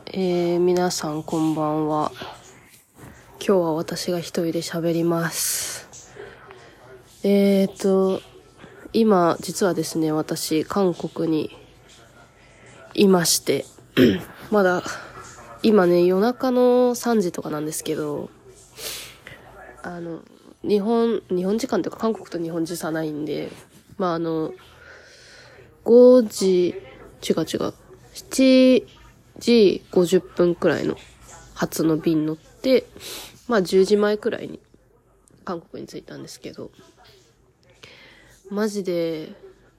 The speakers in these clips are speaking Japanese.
皆さんこんばんは。今日は私が一人で喋ります。今実はですね、私韓国にいましてまだ今ね、夜中の3時とかなんですけど、日本時間というか韓国と日本時差ないんで、5時違う7時50分くらいの初の便乗って、10時前くらいに韓国に着いたんですけど、マジで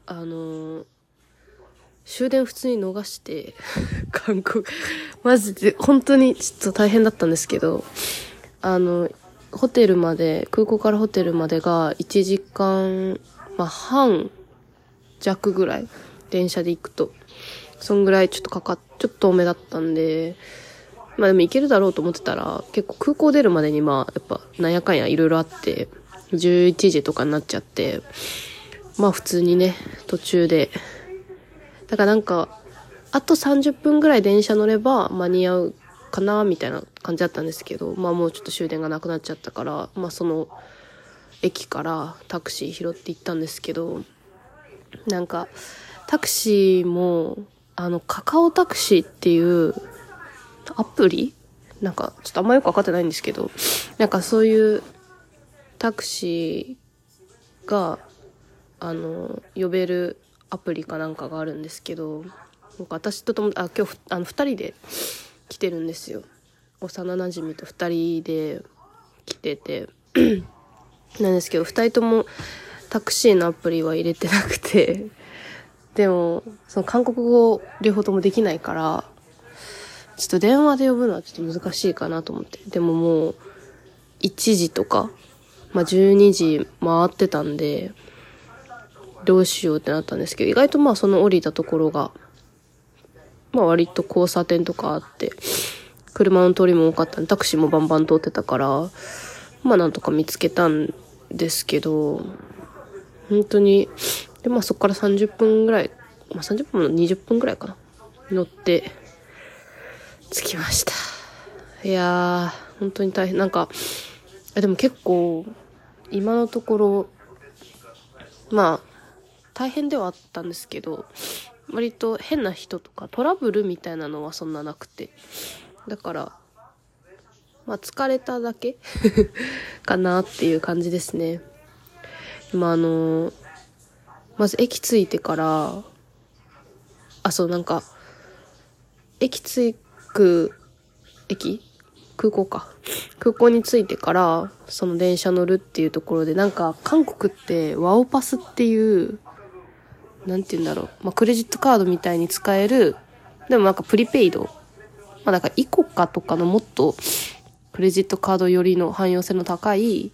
終電普通に逃して韓国マジで本当にちょっと大変だったんですけど、ホテルまで、空港からホテルまでが1時間、半弱ぐらい電車で行くと、そんぐらいちょっと多めだったんで、でも行けるだろうと思ってたら、結構空港出るまでにやっぱなんやかんやいろいろあって、11時とかになっちゃって、普通にね、途中で、だからあと30分ぐらい電車乗れば間に合うかな、みたいな感じだったんですけど、もうちょっと終電がなくなっちゃったから、その駅からタクシー拾って行ったんですけど、タクシーも、カカオタクシーっていうアプリ？ちょっとあんまよくわかってないんですけど、そういうタクシーが、呼べるアプリかなんかがあるんですけど、私と今日、二人で来てるんですよ。幼馴染と二人で来てて、なんですけど、二人ともタクシーのアプリは入れてなくて、でも、その韓国語両方ともできないから、ちょっと電話で呼ぶのはちょっと難しいかなと思って。でももう、1時とか、12時回ってたんで、どうしようってなったんですけど、意外とその降りたところが、割と交差点とかあって、車の通りも多かったんで、タクシーもバンバン通ってたから、なんとか見つけたんですけど、本当に、で、そこから30分ぐらい、30分も20分ぐらいかな。乗って、着きました。いやー、本当に大変。でも結構、今のところ、大変ではあったんですけど、割と変な人とかトラブルみたいなのはそんななくて。だから、疲れただけかなっていう感じですね。今まず駅着いてから、空港か。空港に着いてから、その電車乗るっていうところで、韓国ってワオパスっていう、なんて言うんだろう。クレジットカードみたいに使える、でもプリペイド。イコカとかのもっと、クレジットカードよりの汎用性の高い、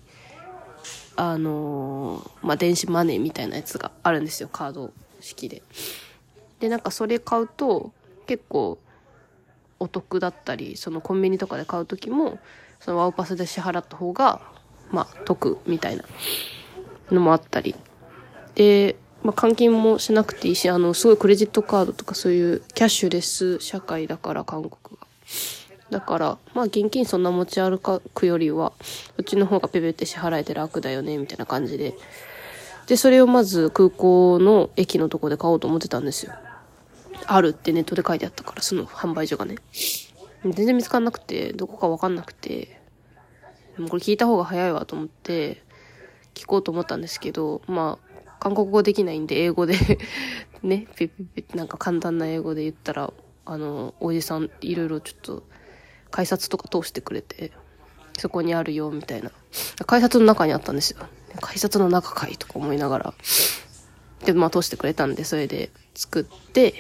電子マネーみたいなやつがあるんですよ。カード式で。で、それ買うと、結構、お得だったり、そのコンビニとかで買うときも、そのワオパスで支払った方が、得みたいなのもあったり。で、換金もしなくていいし、すごいクレジットカードとかそういうキャッシュレス社会だから、韓国が。だから、現金そんな持ち歩くよりは、そっちの方がペペって支払えて楽だよね、みたいな感じで。で、それをまず空港の駅のとこで買おうと思ってたんですよ。あるってネットで書いてあったから、その販売所がね。全然見つかんなくて、どこかわかんなくて、でもこれ聞いた方が早いわと思って、聞こうと思ったんですけど、韓国語できないんで、英語でね、ピッピッピッって簡単な英語で言ったら、おじさんいろいろちょっと、改札とか通してくれて、そこにあるよ、みたいな。改札の中にあったんですよ。改札の中かいとか思いながら。で、通してくれたんで、それで作って、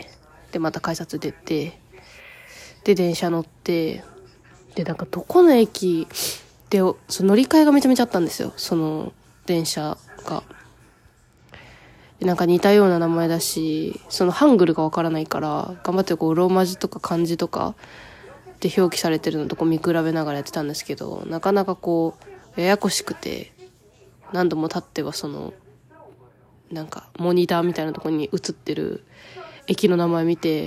で、また改札出て、で、電車乗って、で、どこの駅で、その乗り換えがめちゃめちゃあったんですよ。その、電車が。で、似たような名前だし、そのハングルがわからないから、頑張ってローマ字とか漢字とかで表記されてるのと見比べながらやってたんですけど、なかなかややこしくて、何度も経ってはモニターみたいなところに映ってる駅の名前見て、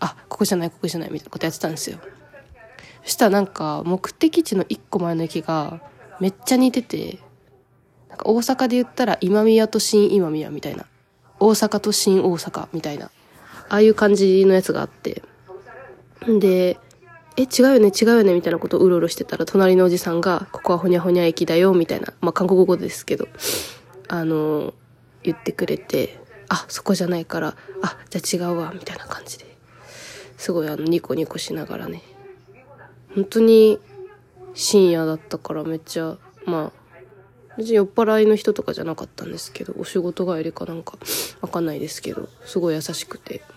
あ、ここじゃない、みたいなことやってたんですよ。そしたらなんか、目的地の1個前の駅が、めっちゃ似てて、なんか大阪で言ったら今宮と新今宮みたいな。大阪と新大阪みたいな。ああいう感じのやつがあって。で、違うよねみたいなことをうろうろしてたら、隣のおじさんが、ここはほにゃほにゃ駅だよ、みたいな。まあ、韓国語ですけど、言ってくれて、あ、そこじゃないから、あ、じゃあ違うわ、みたいな感じで。すごいニコニコしながらね。本当に深夜だったからめっちゃ、まあ、別に酔っ払いの人とかじゃなかったんですけど、お仕事帰りかなんかわかんないですけど、すごい優しくて。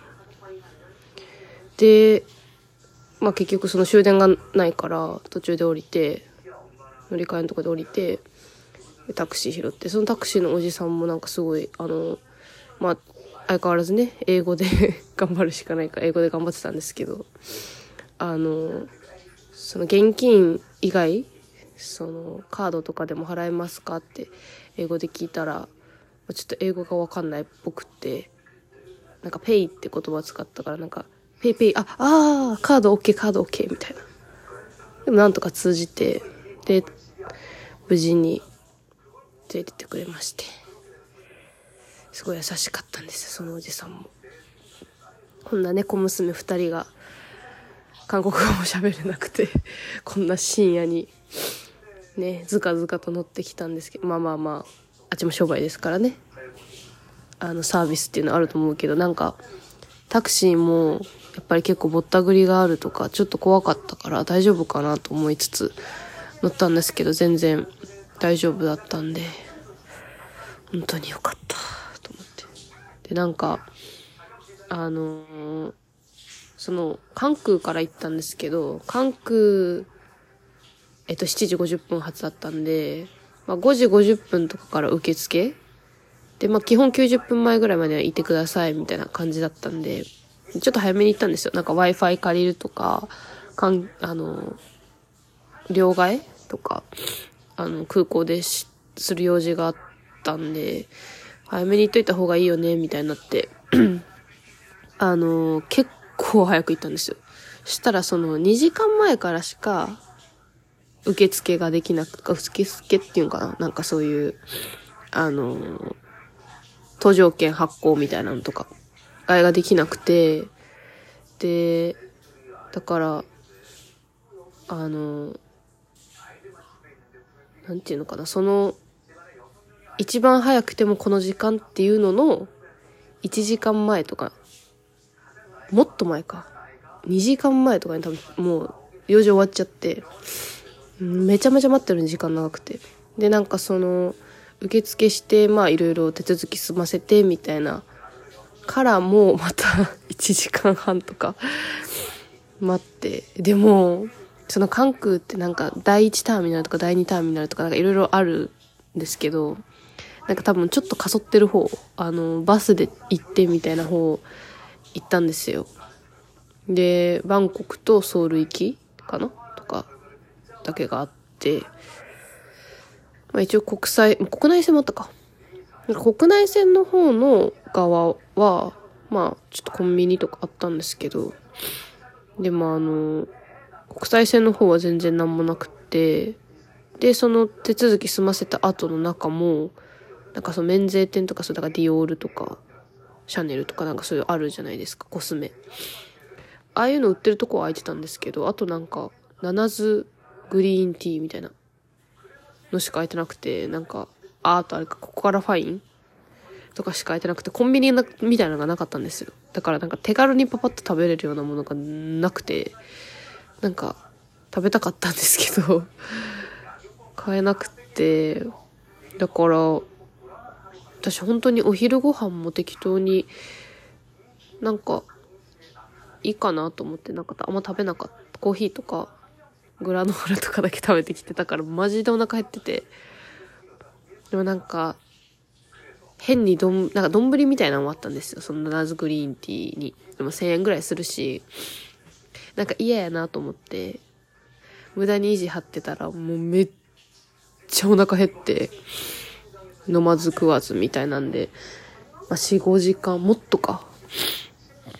で、まあ結局その終電がないから途中で降りて、乗り換えのとこで降りて、タクシー拾って、そのタクシーのおじさんもなんかすごい、まあ相変わらずね、英語で頑張るしかないから英語で頑張ってたんですけど、その現金以外、そのカードとかでも払えますかって英語で聞いたら、ちょっと英語がわかんないっぽくって、なんかペイって言葉を使ったからなんか、ペイペイ、カード OK みたいな。でもなんとか通じて、で、無事に連れてってくれまして。すごい優しかったんですよ、そのおじさんも。こんな猫娘2人が韓国語も喋れなくて、こんな深夜にね、ずかずかと乗ってきたんですけど、まあ、あっちも商売ですからね。サービスっていうのあると思うけど、なんか、タクシーもやっぱり結構ぼったくりがあるとかちょっと怖かったから大丈夫かなと思いつつ乗ったんですけど、全然大丈夫だったんで本当によかったと思って。で、なんかその関空から行ったんですけど、関空7時50分発だったんで、まあ、5時50分とかから受付で、まあ、基本90分前ぐらいまではいてくださいみたいな感じだったんで、ちょっと早めに行ったんですよ。なんか Wi-Fi 借りるとか、両替とか、空港でする用事があったんで、早めに行っといた方がいいよね、みたいになって、結構早く行ったんですよ。そしたらその2時間前からしか受付ができなくて、受付っていうんかな、なんかそういう、搭乗券発行みたいなのとか、あれができなくて、で、だから、なんていうのかな、その、一番早くてもこの時間っていうのの、1時間前とか、もっと前か。2時間前とかに多分、もう、用事終わっちゃって、めちゃめちゃ待ってる時間長くて。で、なんかその、受付して、まあいろいろ手続き済ませて、みたいな、からもまた1時間半とか待って。でも、その関空ってなんか第1ターミナルとか第2ターミナルとかなんかいろいろあるんですけど、なんか多分ちょっとかそってる方、バスで行ってみたいな方行ったんですよ。で、バンコクとソウル行きかなとかだけがあって、まあ一応国内線もあったか。国内線の方の側は、まあちょっとコンビニとかあったんですけど、でも国際線の方は全然なんもなくて、で、その手続き済ませた後の中も、なんかその免税店とか、そうだからディオールとか、シャネルとかなんかそういうあるじゃないですか、コスメ。ああいうの売ってるとこは空いてたんですけど、あとなんか、ナナズグリーンティーみたいなのしか空いてなくて、なんか、あとあれか、ここからファインとかしか空いてなくて、コンビニみたいなのがなかったんですよ。だからなんか手軽にパパッと食べれるようなものがなくて、なんか食べたかったんですけど買えなくて、だから私本当にお昼ご飯も適当になんかいいかなと思って、なんかあんま食べなかった。コーヒーとかグラノーラとかだけ食べてきてたからマジでお腹減ってて、でもなんか変になんか丼みたいなのもあったんですよ、そのナナズグリーンティーに。でも1000円ぐらいするし、なんか嫌やなと思って無駄に意地張ってたら、もうめっちゃお腹減って飲まず食わずみたいなんで、まあ、4、5時間もっとか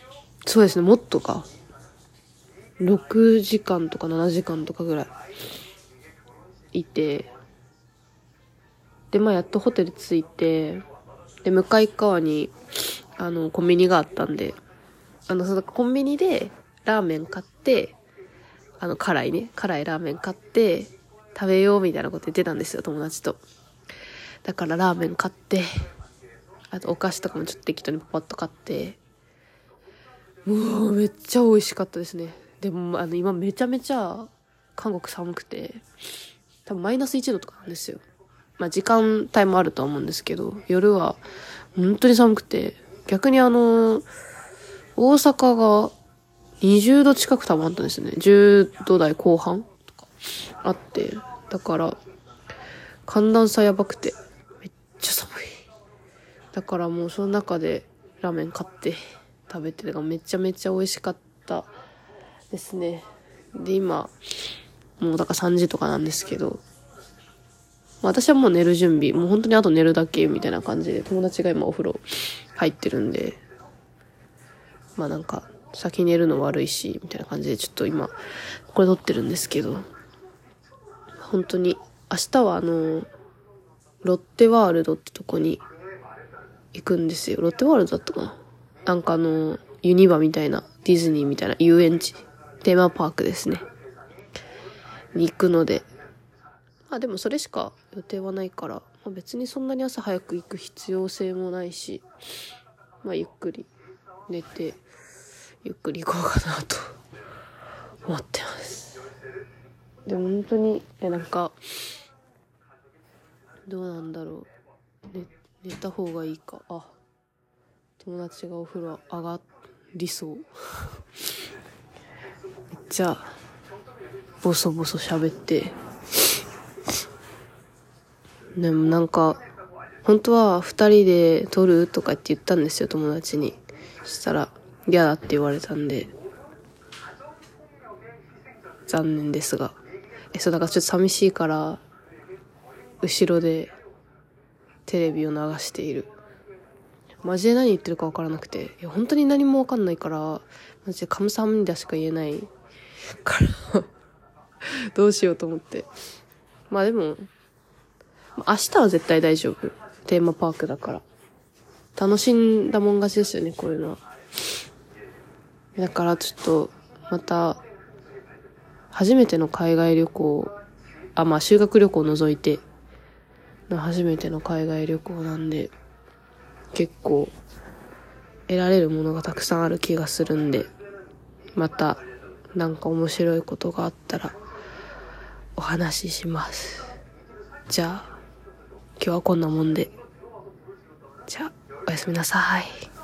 そうですね、もっとか。6時間とか7時間とかぐらいいて、で、まあやっとホテル着いて、で、向かい側に、コンビニがあったんで、そのコンビニでラーメン買って、辛いラーメン買って、食べようみたいなこと言ってたんですよ、友達と。だからラーメン買って、あとお菓子とかもちょっと適当にパパッと買って、もうめっちゃ美味しかったですね。でも今めちゃめちゃ韓国寒くて、多分マイナス1度とかなんですよ。まあ時間帯もあるとは思うんですけど、夜は本当に寒くて、逆に大阪が20度近く多分あったんですよね。10度台後半とかあって、だから寒暖差やばくてめっちゃ寒い。だからもうその中でラーメン買って食べて、めちゃめちゃ美味しかったですね。で今もうだから3時とかなんですけど、私はもう寝る準備、もう本当にあと寝るだけみたいな感じで、友達が今お風呂入ってるんで、まあなんか先寝るの悪いしみたいな感じで、ちょっと今これ撮ってるんですけど、本当に明日はロッテワールドってとこに行くんですよ。ロッテワールドだったかな、なんかユニバみたいな、ディズニーみたいな遊園地、テーマパークですねに行くので、まあでもそれしか予定はないから、まあ、別にそんなに朝早く行く必要性もないし、まあゆっくり寝てゆっくり行こうかなと思ってます。でも本当になんかどうなんだろう、寝た方がいいか。友達がお風呂上がりそうめっちゃボソボソ喋って、でもなんか本当は2人で撮るとかって言ったんですよ、友達に。そしたら嫌だって言われたんで残念ですが、そうだからちょっと寂しいから後ろでテレビを流している。マジで何言ってるか分からなくて、いや本当に何も分かんないから、マジでカムサハムニダしか言えないからどうしようと思って。まあでも明日は絶対大丈夫、テーマパークだから。楽しんだもん勝ちですよね、こういうのは。だからちょっとまた初めての海外旅行、まあ修学旅行を除いての初めての海外旅行なんで、結構得られるものがたくさんある気がするんで、またなんか面白いことがあったらお話しします。じゃあ今日はこんなもんで、じゃあおやすみなさい。